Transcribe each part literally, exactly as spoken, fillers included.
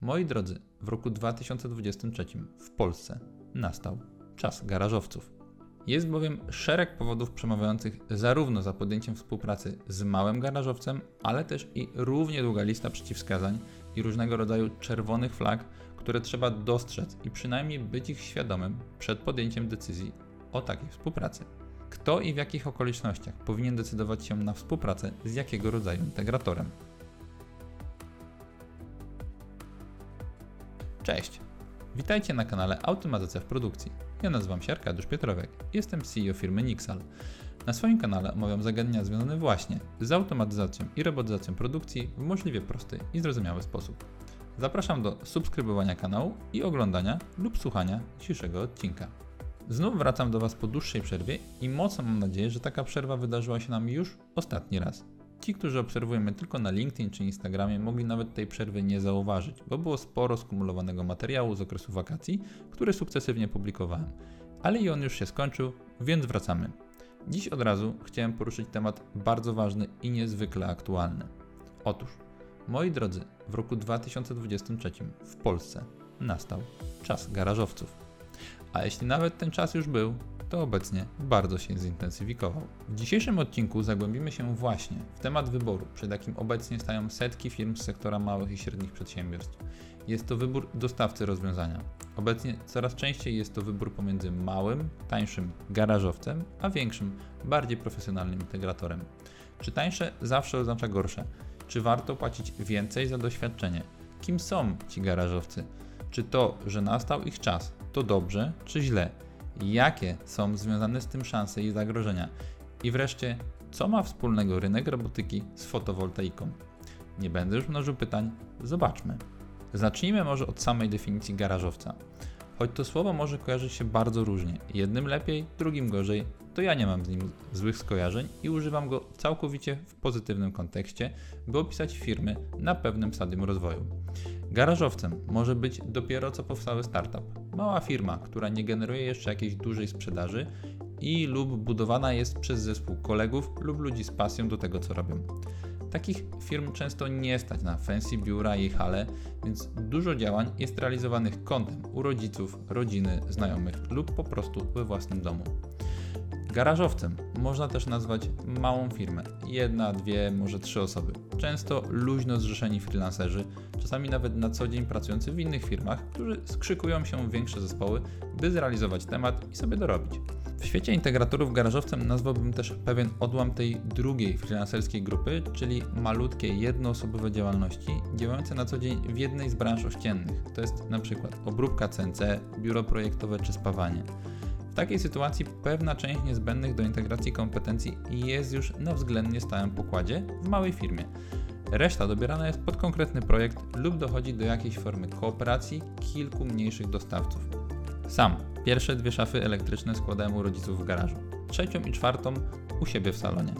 Moi drodzy, w roku dwa tysiące dwudziestym trzecim w Polsce nastał czas garażowców. Jest bowiem szereg powodów przemawiających zarówno za podjęciem współpracy z małym garażowcem, ale też i równie długa lista przeciwwskazań i różnego rodzaju czerwonych flag, które trzeba dostrzec i przynajmniej być ich świadomym przed podjęciem decyzji o takiej współpracy. Kto i w jakich okolicznościach powinien decydować się na współpracę z jakiego rodzaju integratorem? Cześć! Witajcie na kanale Automatyzacja w Produkcji. Ja nazywam się Arkadiusz Piotrowek, jestem C E O firmy Nixal. Na swoim kanale omawiam zagadnienia związane właśnie z automatyzacją i robotyzacją produkcji w możliwie prosty i zrozumiały sposób. Zapraszam do subskrybowania kanału i oglądania lub słuchania dzisiejszego odcinka. Znów wracam do Was po dłuższej przerwie i mocno mam nadzieję, że taka przerwa wydarzyła się nam już ostatni raz. Ci, którzy obserwują mnie tylko na LinkedIn czy Instagramie, mogli nawet tej przerwy nie zauważyć, bo było sporo skumulowanego materiału z okresu wakacji, który sukcesywnie publikowałem. Ale i on już się skończył, więc wracamy. Dziś od razu chciałem poruszyć temat bardzo ważny i niezwykle aktualny. Otóż, moi drodzy, w roku dwa tysiące dwudziestym trzecim w Polsce nastał czas garażowców. A jeśli nawet ten czas już był, to obecnie bardzo się zintensyfikował. W dzisiejszym odcinku zagłębimy się właśnie w temat wyboru, przed jakim obecnie stają setki firm z sektora małych i średnich przedsiębiorstw. Jest to wybór dostawcy rozwiązania. Obecnie coraz częściej jest to wybór pomiędzy małym, tańszym garażowcem, a większym, bardziej profesjonalnym integratorem. Czy tańsze zawsze oznacza gorsze? Czy warto płacić więcej za doświadczenie? Kim są ci garażowcy? Czy to, że nastał ich czas, to dobrze czy źle? Jakie są związane z tym szanse i zagrożenia? I wreszcie, co ma wspólnego rynek robotyki z fotowoltaiką? Nie będę już mnożył pytań, zobaczmy. Zacznijmy może od samej definicji garażowca. Choć to słowo może kojarzyć się bardzo różnie, jednym lepiej, drugim gorzej, to ja nie mam z nim złych skojarzeń i używam go całkowicie w pozytywnym kontekście, by opisać firmy na pewnym stadium rozwoju. Garażowcem może być dopiero co powstały startup, mała firma, która nie generuje jeszcze jakiejś dużej sprzedaży i lub budowana jest przez zespół kolegów lub ludzi z pasją do tego, co robią. Takich firm często nie stać na fancy biura i hale, więc dużo działań jest realizowanych kątem u rodziców, rodziny, znajomych lub po prostu we własnym domu. Garażowcem można też nazwać małą firmę, jedna, dwie, może trzy osoby. Często luźno zrzeszeni freelancerzy, czasami nawet na co dzień pracujący w innych firmach, którzy skrzykują się w większe zespoły, by zrealizować temat i sobie dorobić. W świecie integratorów garażowcem nazwałbym też pewien odłam tej drugiej freelancerskiej grupy, czyli malutkie, jednoosobowe działalności działające na co dzień w jednej z branż ościennych, to jest na przykład obróbka C N C, biuro projektowe czy spawanie. W takiej sytuacji pewna część niezbędnych do integracji kompetencji jest już na względnie stałym pokładzie w małej firmie. Reszta dobierana jest pod konkretny projekt lub dochodzi do jakiejś formy kooperacji kilku mniejszych dostawców. Sam pierwsze dwie szafy elektryczne składałem u rodziców w garażu, trzecią i czwartą u siebie w salonie.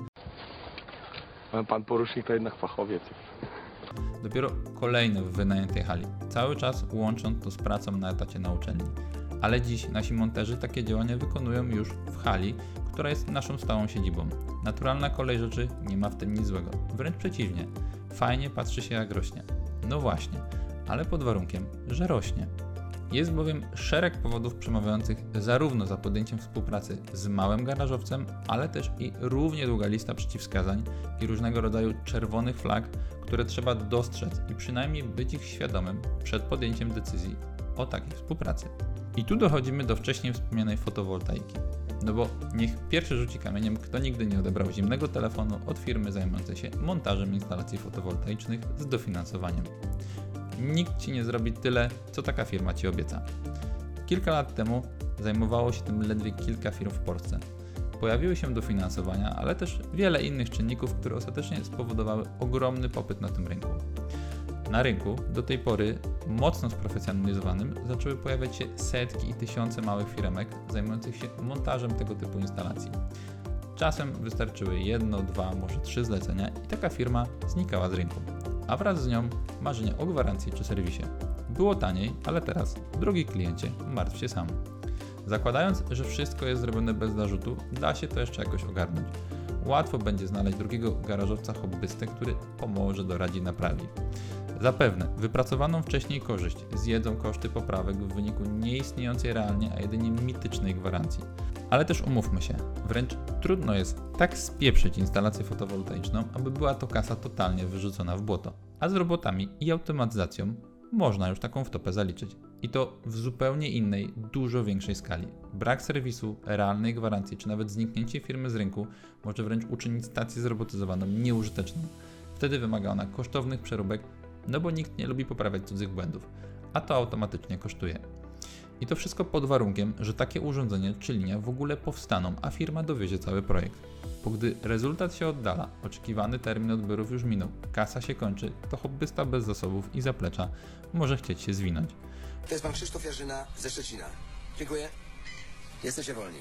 Pan porucznik to jednak fachowiec. Dopiero kolejne w wynajętej hali, cały czas łącząc to z pracą na etacie na uczelni. Ale dziś nasi monterzy takie działania wykonują już w hali, która jest naszą stałą siedzibą. Naturalna kolej rzeczy, nie ma w tym nic złego. Wręcz przeciwnie, fajnie patrzy się jak rośnie. No właśnie, ale pod warunkiem, że rośnie. Jest bowiem szereg powodów przemawiających zarówno za podjęciem współpracy z małym garażowcem, ale też i równie długa lista przeciwwskazań i różnego rodzaju czerwonych flag, które trzeba dostrzec i przynajmniej być ich świadomym przed podjęciem decyzji o takiej współpracy. I tu dochodzimy do wcześniej wspomnianej fotowoltaiki. No bo niech pierwszy rzuci kamieniem, kto nigdy nie odebrał zimnego telefonu od firmy zajmującej się montażem instalacji fotowoltaicznych z dofinansowaniem. Nikt Ci nie zrobi tyle, co taka firma Ci obieca. Kilka lat temu zajmowało się tym ledwie kilka firm w Polsce. Pojawiły się dofinansowania, ale też wiele innych czynników, które ostatecznie spowodowały ogromny popyt na tym rynku. Na rynku do tej pory mocno sprofesjonalizowanym zaczęły pojawiać się setki i tysiące małych firmek zajmujących się montażem tego typu instalacji. Czasem wystarczyły jedno, dwa, może trzy zlecenia i taka firma znikała z rynku, a wraz z nią marzenia o gwarancji czy serwisie. Było taniej, ale teraz, drogi kliencie, martw się sam. Zakładając, że wszystko jest zrobione bez zarzutu, da się to jeszcze jakoś ogarnąć. Łatwo będzie znaleźć drugiego garażowca hobbystę, który pomoże, doradzi, naprawi. Zapewne wypracowaną wcześniej korzyść zjedzą koszty poprawek w wyniku nieistniejącej realnie, a jedynie mitycznej gwarancji. Ale też umówmy się, wręcz trudno jest tak spieprzyć instalację fotowoltaiczną, aby była to kasa totalnie wyrzucona w błoto. A z robotami i automatyzacją można już taką wtopę zaliczyć. I to w zupełnie innej, dużo większej skali. Brak serwisu, realnej gwarancji, czy nawet zniknięcie firmy z rynku może wręcz uczynić stację zrobotyzowaną nieużyteczną. Wtedy wymaga ona kosztownych przeróbek, no bo nikt nie lubi poprawiać cudzych błędów, a to automatycznie kosztuje. I to wszystko pod warunkiem, że takie urządzenie czy linia w ogóle powstaną, a firma dowiezie cały projekt. Bo gdy rezultat się oddala, oczekiwany termin odbiorów już minął, kasa się kończy, to hobbysta bez zasobów i zaplecza może chcieć się zwinąć. To jest pan Krzysztof Jarzyna ze Szczecina. Dziękuję. Jesteście wolni.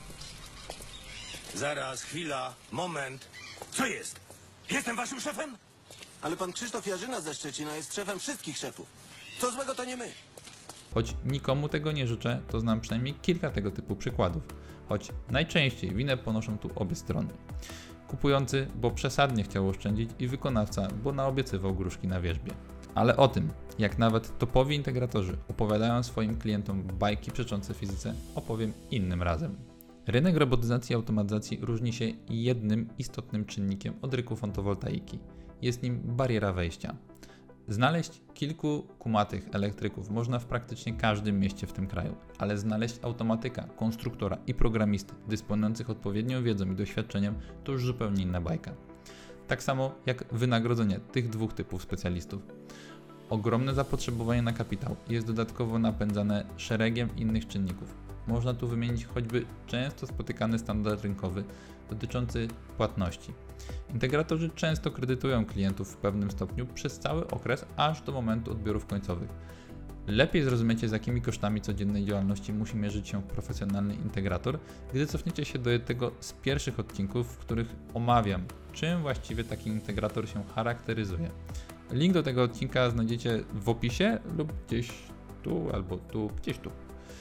Zaraz, chwila, moment. Co jest? Jestem waszym szefem? Ale pan Krzysztof Jarzyna ze Szczecina jest szefem wszystkich szefów. Co złego to nie my. Choć nikomu tego nie życzę, to znam przynajmniej kilka tego typu przykładów. Choć najczęściej winę ponoszą tu obie strony. Kupujący, bo przesadnie chciał oszczędzić, i wykonawca, bo naobiecywał gruszki na wierzbie. Ale o tym, jak nawet topowi integratorzy opowiadają swoim klientom bajki przeczące fizyce, opowiem innym razem. Rynek robotyzacji i automatyzacji różni się jednym istotnym czynnikiem od rynku fotowoltaiki. Jest nim bariera wejścia. Znaleźć kilku kumatych elektryków można w praktycznie każdym mieście w tym kraju, ale znaleźć automatyka, konstruktora i programisty dysponujących odpowiednią wiedzą i doświadczeniem to już zupełnie inna bajka. Tak samo jak wynagrodzenie tych dwóch typów specjalistów. Ogromne zapotrzebowanie na kapitał jest dodatkowo napędzane szeregiem innych czynników. Można tu wymienić choćby często spotykany standard rynkowy dotyczący płatności. Integratorzy często kredytują klientów w pewnym stopniu przez cały okres, aż do momentu odbiorów końcowych. Lepiej zrozumiecie, z jakimi kosztami codziennej działalności musi mierzyć się profesjonalny integrator, gdy cofniecie się do jednego z pierwszych odcinków, w których omawiam, czym właściwie taki integrator się charakteryzuje. Link do tego odcinka znajdziecie w opisie lub gdzieś tu albo tu, gdzieś tu.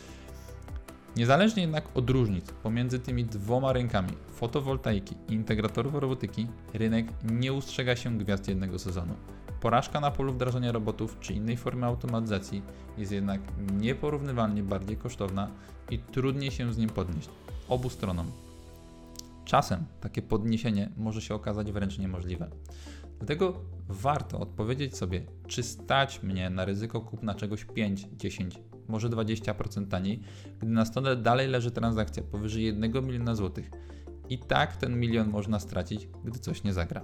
Niezależnie jednak od różnic pomiędzy tymi dwoma rynkami, fotowoltaiki i integratorów robotyki, rynek nie ustrzega się gwiazd jednego sezonu. Porażka na polu wdrażania robotów czy innej formy automatyzacji jest jednak nieporównywalnie bardziej kosztowna i trudniej się z nim podnieść obu stronom. Czasem takie podniesienie może się okazać wręcz niemożliwe. Dlatego warto odpowiedzieć sobie, czy stać mnie na ryzyko kupna czegoś pięć, dziesięć, może dwadzieścia procent taniej, gdy na stole dalej leży transakcja powyżej jednego miliona złotych. I tak ten milion można stracić, gdy coś nie zagra.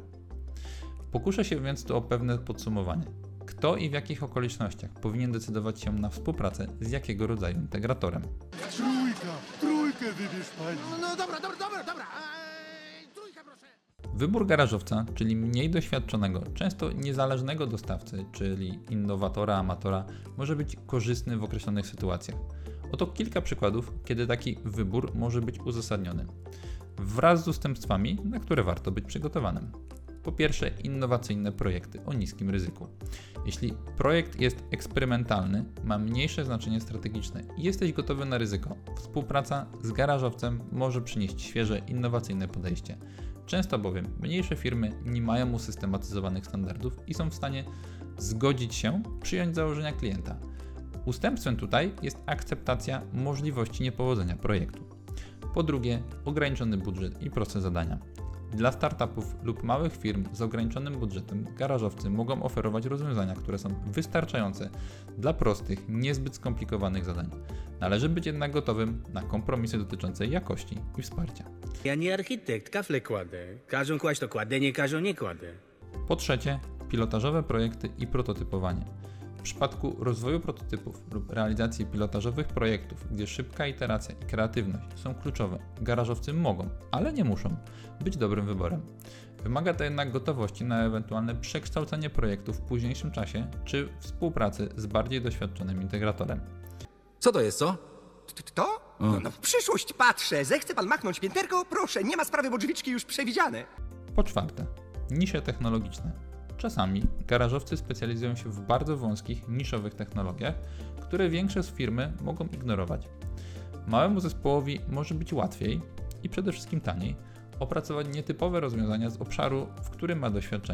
Pokuszę się więc tu o pewne podsumowanie. Kto i w jakich okolicznościach powinien decydować się na współpracę z jakiego rodzaju integratorem? Trójka, trójkę wybierz pani. No dobra, dobra, dobra, dobra. Eee, trójka proszę. Wybór garażowca, czyli mniej doświadczonego, często niezależnego dostawcy, czyli innowatora, amatora, może być korzystny w określonych sytuacjach. Oto kilka przykładów, kiedy taki wybór może być uzasadniony. Wraz z ustępstwami, na które warto być przygotowanym. Po pierwsze, innowacyjne projekty o niskim ryzyku. Jeśli projekt jest eksperymentalny, ma mniejsze znaczenie strategiczne i jesteś gotowy na ryzyko, współpraca z garażowcem może przynieść świeże, innowacyjne podejście. Często bowiem mniejsze firmy nie mają usystematyzowanych standardów i są w stanie zgodzić się przyjąć założenia klienta. Ustępstwem tutaj jest akceptacja możliwości niepowodzenia projektu. Po drugie, ograniczony budżet i proste zadania. Dla startupów lub małych firm z ograniczonym budżetem garażowcy mogą oferować rozwiązania, które są wystarczające dla prostych, niezbyt skomplikowanych zadań. Należy być jednak gotowym na kompromisy dotyczące jakości i wsparcia. Ja nie architekt, kafle kładę. Każą kłaść to kładę, nie każą nie kładę. Po trzecie, pilotażowe projekty i prototypowanie. W przypadku rozwoju prototypów lub realizacji pilotażowych projektów, gdzie szybka iteracja i kreatywność są kluczowe, garażowcy mogą, ale nie muszą, być dobrym wyborem. Wymaga to jednak gotowości na ewentualne przekształcenie projektu w późniejszym czasie czy współpracy z bardziej doświadczonym integratorem. Co to jest, co? T- To? No, no w przyszłość patrzę. Zechce pan machnąć pięterko? Proszę, nie ma sprawy, bo drzwiczki już przewidziane. Po czwarte, nisze technologiczne. Czasami garażowcy specjalizują się w bardzo wąskich, niszowych technologiach, które większe firmy mogą ignorować. Małemu zespołowi może być łatwiej i przede wszystkim taniej opracować nietypowe rozwiązania z obszaru, w którym ma doświadczenie.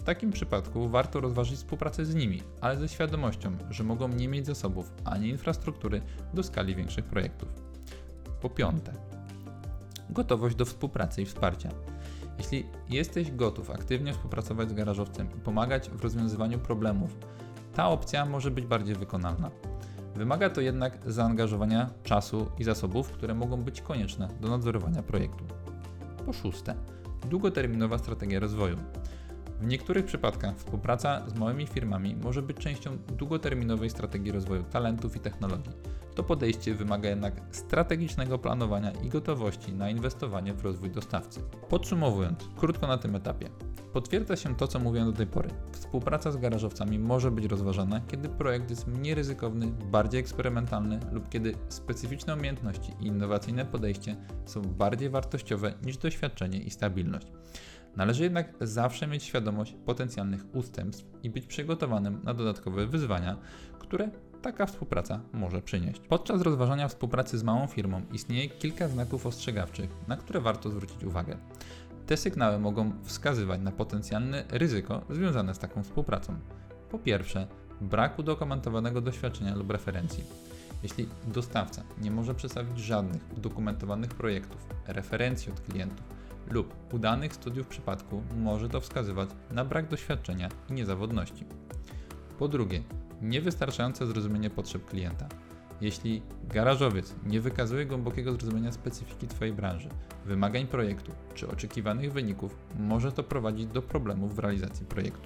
W takim przypadku warto rozważyć współpracę z nimi, ale ze świadomością, że mogą nie mieć zasobów ani infrastruktury do skali większych projektów. Po piąte, gotowość do współpracy i wsparcia. Jeśli jesteś gotów aktywnie współpracować z garażowcem i pomagać w rozwiązywaniu problemów, ta opcja może być bardziej wykonalna. Wymaga to jednak zaangażowania czasu i zasobów, które mogą być konieczne do nadzorowania projektu. Po szóste, długoterminowa strategia rozwoju. W niektórych przypadkach współpraca z małymi firmami może być częścią długoterminowej strategii rozwoju talentów i technologii. To podejście wymaga jednak strategicznego planowania i gotowości na inwestowanie w rozwój dostawcy. Podsumowując, krótko na tym etapie. Potwierdza się to, co mówiłem do tej pory. Współpraca z garażowcami może być rozważana, kiedy projekt jest mniej ryzykowny, bardziej eksperymentalny lub kiedy specyficzne umiejętności i innowacyjne podejście są bardziej wartościowe niż doświadczenie i stabilność. Należy jednak zawsze mieć świadomość potencjalnych ustępstw i być przygotowanym na dodatkowe wyzwania, które taka współpraca może przynieść. Podczas rozważania współpracy z małą firmą istnieje kilka znaków ostrzegawczych, na które warto zwrócić uwagę. Te sygnały mogą wskazywać na potencjalne ryzyko związane z taką współpracą. Po pierwsze, brak udokumentowanego doświadczenia lub referencji. Jeśli dostawca nie może przedstawić żadnych udokumentowanych projektów, referencji od klientów lub udanych studiów przypadku, może to wskazywać na brak doświadczenia i niezawodności. Po drugie, niewystarczające zrozumienie potrzeb klienta. Jeśli garażowiec nie wykazuje głębokiego zrozumienia specyfiki Twojej branży, wymagań projektu czy oczekiwanych wyników, może to prowadzić do problemów w realizacji projektu.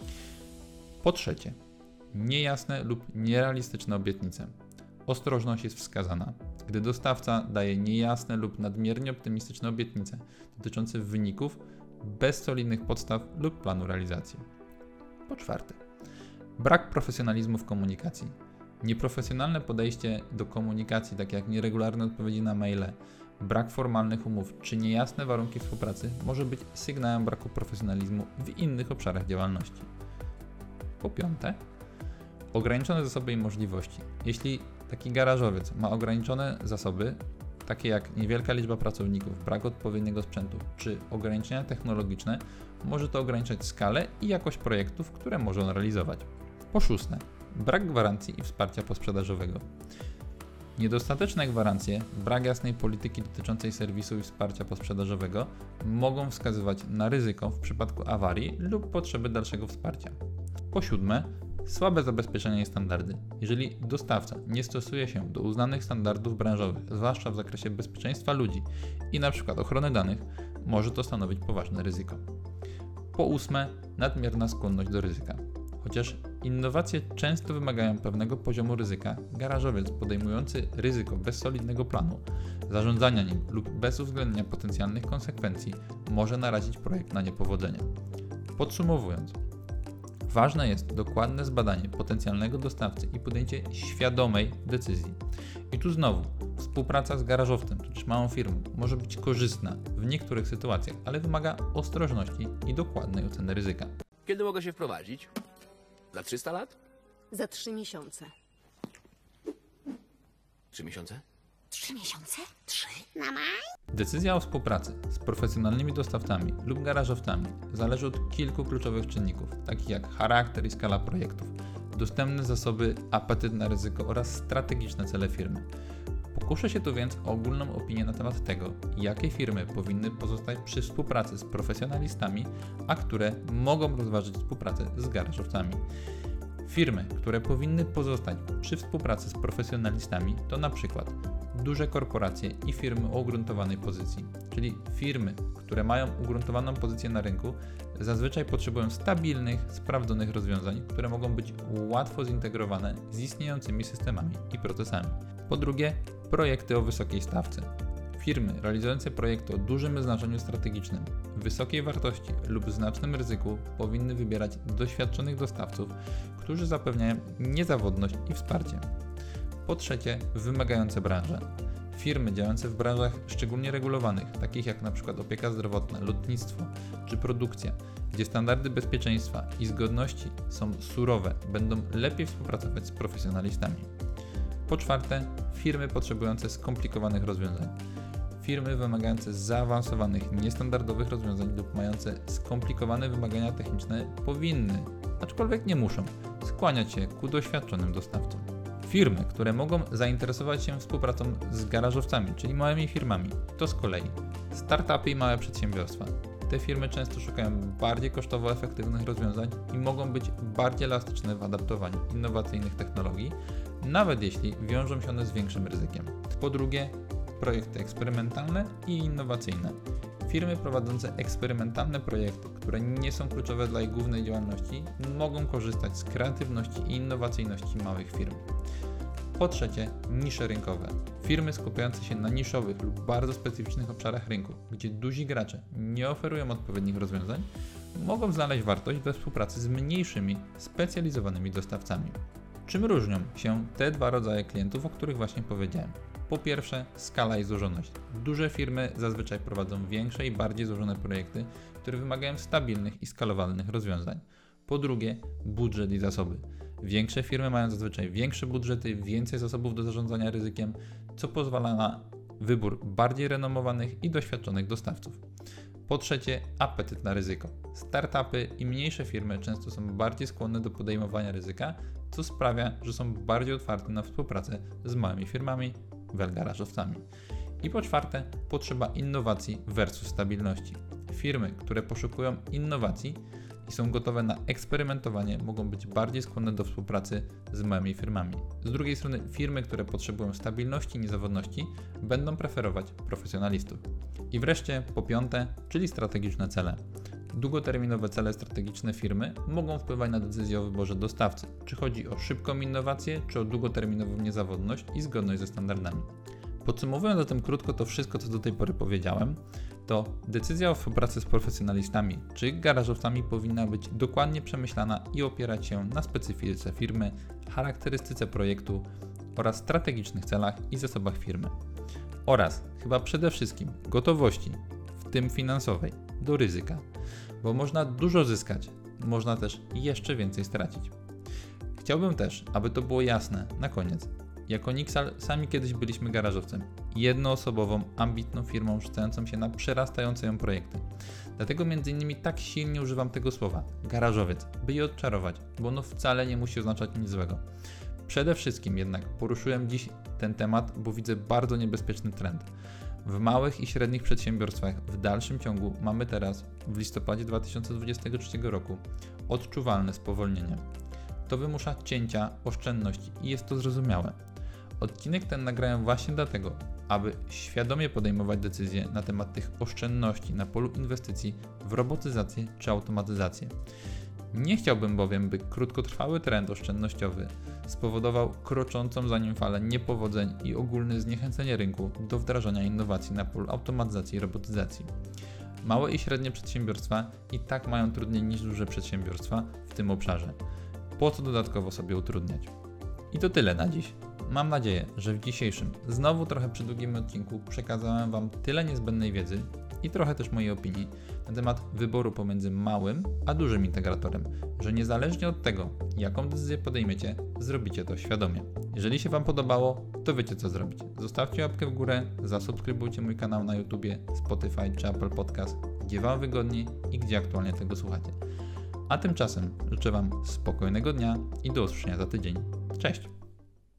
Po trzecie, niejasne lub nierealistyczne obietnice. Ostrożność jest wskazana, gdy dostawca daje niejasne lub nadmiernie optymistyczne obietnice dotyczące wyników bez solidnych podstaw lub planu realizacji. Po czwarte, brak profesjonalizmu w komunikacji. Nieprofesjonalne podejście do komunikacji, takie jak nieregularne odpowiedzi na maile, brak formalnych umów czy niejasne warunki współpracy może być sygnałem braku profesjonalizmu w innych obszarach działalności. Po piąte, ograniczone zasoby i możliwości. Jeśli taki garażowiec ma ograniczone zasoby, takie jak niewielka liczba pracowników, brak odpowiedniego sprzętu czy ograniczenia technologiczne, może to ograniczać skalę i jakość projektów, które może on realizować. Po szóste, brak gwarancji i wsparcia posprzedażowego. Niedostateczne gwarancje, brak jasnej polityki dotyczącej serwisu i wsparcia posprzedażowego mogą wskazywać na ryzyko w przypadku awarii lub potrzeby dalszego wsparcia. Po siódme, słabe zabezpieczenia i standardy. Jeżeli dostawca nie stosuje się do uznanych standardów branżowych, zwłaszcza w zakresie bezpieczeństwa ludzi i np. ochrony danych, może to stanowić poważne ryzyko. Po ósme, nadmierna skłonność do ryzyka. Chociaż innowacje często wymagają pewnego poziomu ryzyka, garażowiec podejmujący ryzyko bez solidnego planu, zarządzania nim lub bez uwzględnienia potencjalnych konsekwencji może narazić projekt na niepowodzenie. Podsumowując, ważne jest dokładne zbadanie potencjalnego dostawcy i podjęcie świadomej decyzji. I tu znowu, współpraca z garażowcem, tudzież małą firmą, może być korzystna w niektórych sytuacjach, ale wymaga ostrożności i dokładnej oceny ryzyka. Kiedy mogę się wprowadzić? Za trzysta lat? Za trzy miesiące. Trzy miesiące? Trzy miesiące? Trzy? Na maj? Decyzja o współpracy z profesjonalnymi dostawcami lub garażowcami zależy od kilku kluczowych czynników, takich jak charakter i skala projektów, dostępne zasoby, apetyt na ryzyko oraz strategiczne cele firmy. Pokuszę się tu więc o ogólną opinię na temat tego, jakie firmy powinny pozostać przy współpracy z profesjonalistami, a które mogą rozważyć współpracę z garażowcami. Firmy, które powinny pozostać przy współpracy z profesjonalistami, to na przykład duże korporacje i firmy o ugruntowanej pozycji, czyli firmy, które mają ugruntowaną pozycję na rynku, zazwyczaj potrzebują stabilnych, sprawdzonych rozwiązań, które mogą być łatwo zintegrowane z istniejącymi systemami i procesami. Po drugie, projekty o wysokiej stawce. Firmy realizujące projekty o dużym znaczeniu strategicznym, wysokiej wartości lub znacznym ryzyku powinny wybierać doświadczonych dostawców, którzy zapewniają niezawodność i wsparcie. Po trzecie, wymagające branże. Firmy działające w branżach szczególnie regulowanych, takich jak np. opieka zdrowotna, lotnictwo czy produkcja, gdzie standardy bezpieczeństwa i zgodności są surowe, będą lepiej współpracować z profesjonalistami. Po czwarte, firmy potrzebujące skomplikowanych rozwiązań. Firmy wymagające zaawansowanych, niestandardowych rozwiązań lub mające skomplikowane wymagania techniczne powinny, aczkolwiek nie muszą, skłaniać się ku doświadczonym dostawcom. Firmy, które mogą zainteresować się współpracą z garażowcami, czyli małymi firmami, to z kolei startupy i małe przedsiębiorstwa. Te firmy często szukają bardziej kosztowo efektywnych rozwiązań i mogą być bardziej elastyczne w adaptowaniu innowacyjnych technologii, nawet jeśli wiążą się one z większym ryzykiem. Po drugie, projekty eksperymentalne i innowacyjne. Firmy prowadzące eksperymentalne projekty, które nie są kluczowe dla ich głównej działalności, mogą korzystać z kreatywności i innowacyjności małych firm. Po trzecie, nisze rynkowe. Firmy skupiające się na niszowych lub bardzo specyficznych obszarach rynku, gdzie duzi gracze nie oferują odpowiednich rozwiązań, mogą znaleźć wartość we współpracy z mniejszymi, specjalizowanymi dostawcami. Czym różnią się te dwa rodzaje klientów, o których właśnie powiedziałem? Po pierwsze, skala i złożoność. Duże firmy zazwyczaj prowadzą większe i bardziej złożone projekty, które wymagają stabilnych i skalowalnych rozwiązań. Po drugie, budżet i zasoby. Większe firmy mają zazwyczaj większe budżety, więcej zasobów do zarządzania ryzykiem, co pozwala na wybór bardziej renomowanych i doświadczonych dostawców. Po trzecie, apetyt na ryzyko. Startupy i mniejsze firmy często są bardziej skłonne do podejmowania ryzyka, co sprawia, że są bardziej otwarte na współpracę z małymi firmami, garażowcami. I po czwarte, potrzeba innowacji versus stabilności. Firmy, które poszukują innowacji i są gotowe na eksperymentowanie, mogą być bardziej skłonne do współpracy z małymi firmami. Z drugiej strony, firmy, które potrzebują stabilności i niezawodności, będą preferować profesjonalistów. I wreszcie, po piąte, czyli strategiczne cele. Długoterminowe cele strategiczne firmy mogą wpływać na decyzję o wyborze dostawcy, czy chodzi o szybką innowację, czy o długoterminową niezawodność i zgodność ze standardami. Podsumowując zatem krótko to wszystko, co do tej pory powiedziałem, to decyzja o współpracy z profesjonalistami czy garażowcami powinna być dokładnie przemyślana i opierać się na specyfice firmy, charakterystyce projektu oraz strategicznych celach i zasobach firmy. Oraz, chyba przede wszystkim, gotowości, w tym finansowej, do ryzyka, bo można dużo zyskać, można też jeszcze więcej stracić. Chciałbym też, aby to było jasne na koniec. Jako Nixal sami kiedyś byliśmy garażowcem, jednoosobową, ambitną firmą rzucającą się na przerastające ją projekty. Dlatego między innymi tak silnie używam tego słowa, garażowiec, by je odczarować, bo ono wcale nie musi oznaczać nic złego. Przede wszystkim jednak poruszyłem dziś ten temat, bo widzę bardzo niebezpieczny trend. W małych i średnich przedsiębiorstwach w dalszym ciągu mamy teraz, w listopadzie dwa tysiące dwudziestego trzeciego roku, odczuwalne spowolnienie. To wymusza cięcia, oszczędności i jest to zrozumiałe. Odcinek ten nagrałem właśnie dlatego, aby świadomie podejmować decyzje na temat tych oszczędności na polu inwestycji w robotyzację czy automatyzację. Nie chciałbym bowiem, by krótkotrwały trend oszczędnościowy spowodował kroczącą za nim falę niepowodzeń i ogólne zniechęcenie rynku do wdrażania innowacji na polu automatyzacji i robotyzacji. Małe i średnie przedsiębiorstwa i tak mają trudniej niż duże przedsiębiorstwa w tym obszarze. Po co dodatkowo sobie utrudniać? I to tyle na dziś. Mam nadzieję, że w dzisiejszym, znowu trochę przydługim odcinku przekazałem Wam tyle niezbędnej wiedzy i trochę też mojej opinii na temat wyboru pomiędzy małym a dużym integratorem, że niezależnie od tego, jaką decyzję podejmiecie, zrobicie to świadomie. Jeżeli się Wam podobało, to wiecie co zrobić. Zostawcie łapkę w górę, zasubskrybujcie mój kanał na YouTubie, Spotify czy Apple Podcast, gdzie Wam wygodniej i gdzie aktualnie tego słuchacie. A tymczasem życzę Wam spokojnego dnia i do usłyszenia za tydzień. Cześć!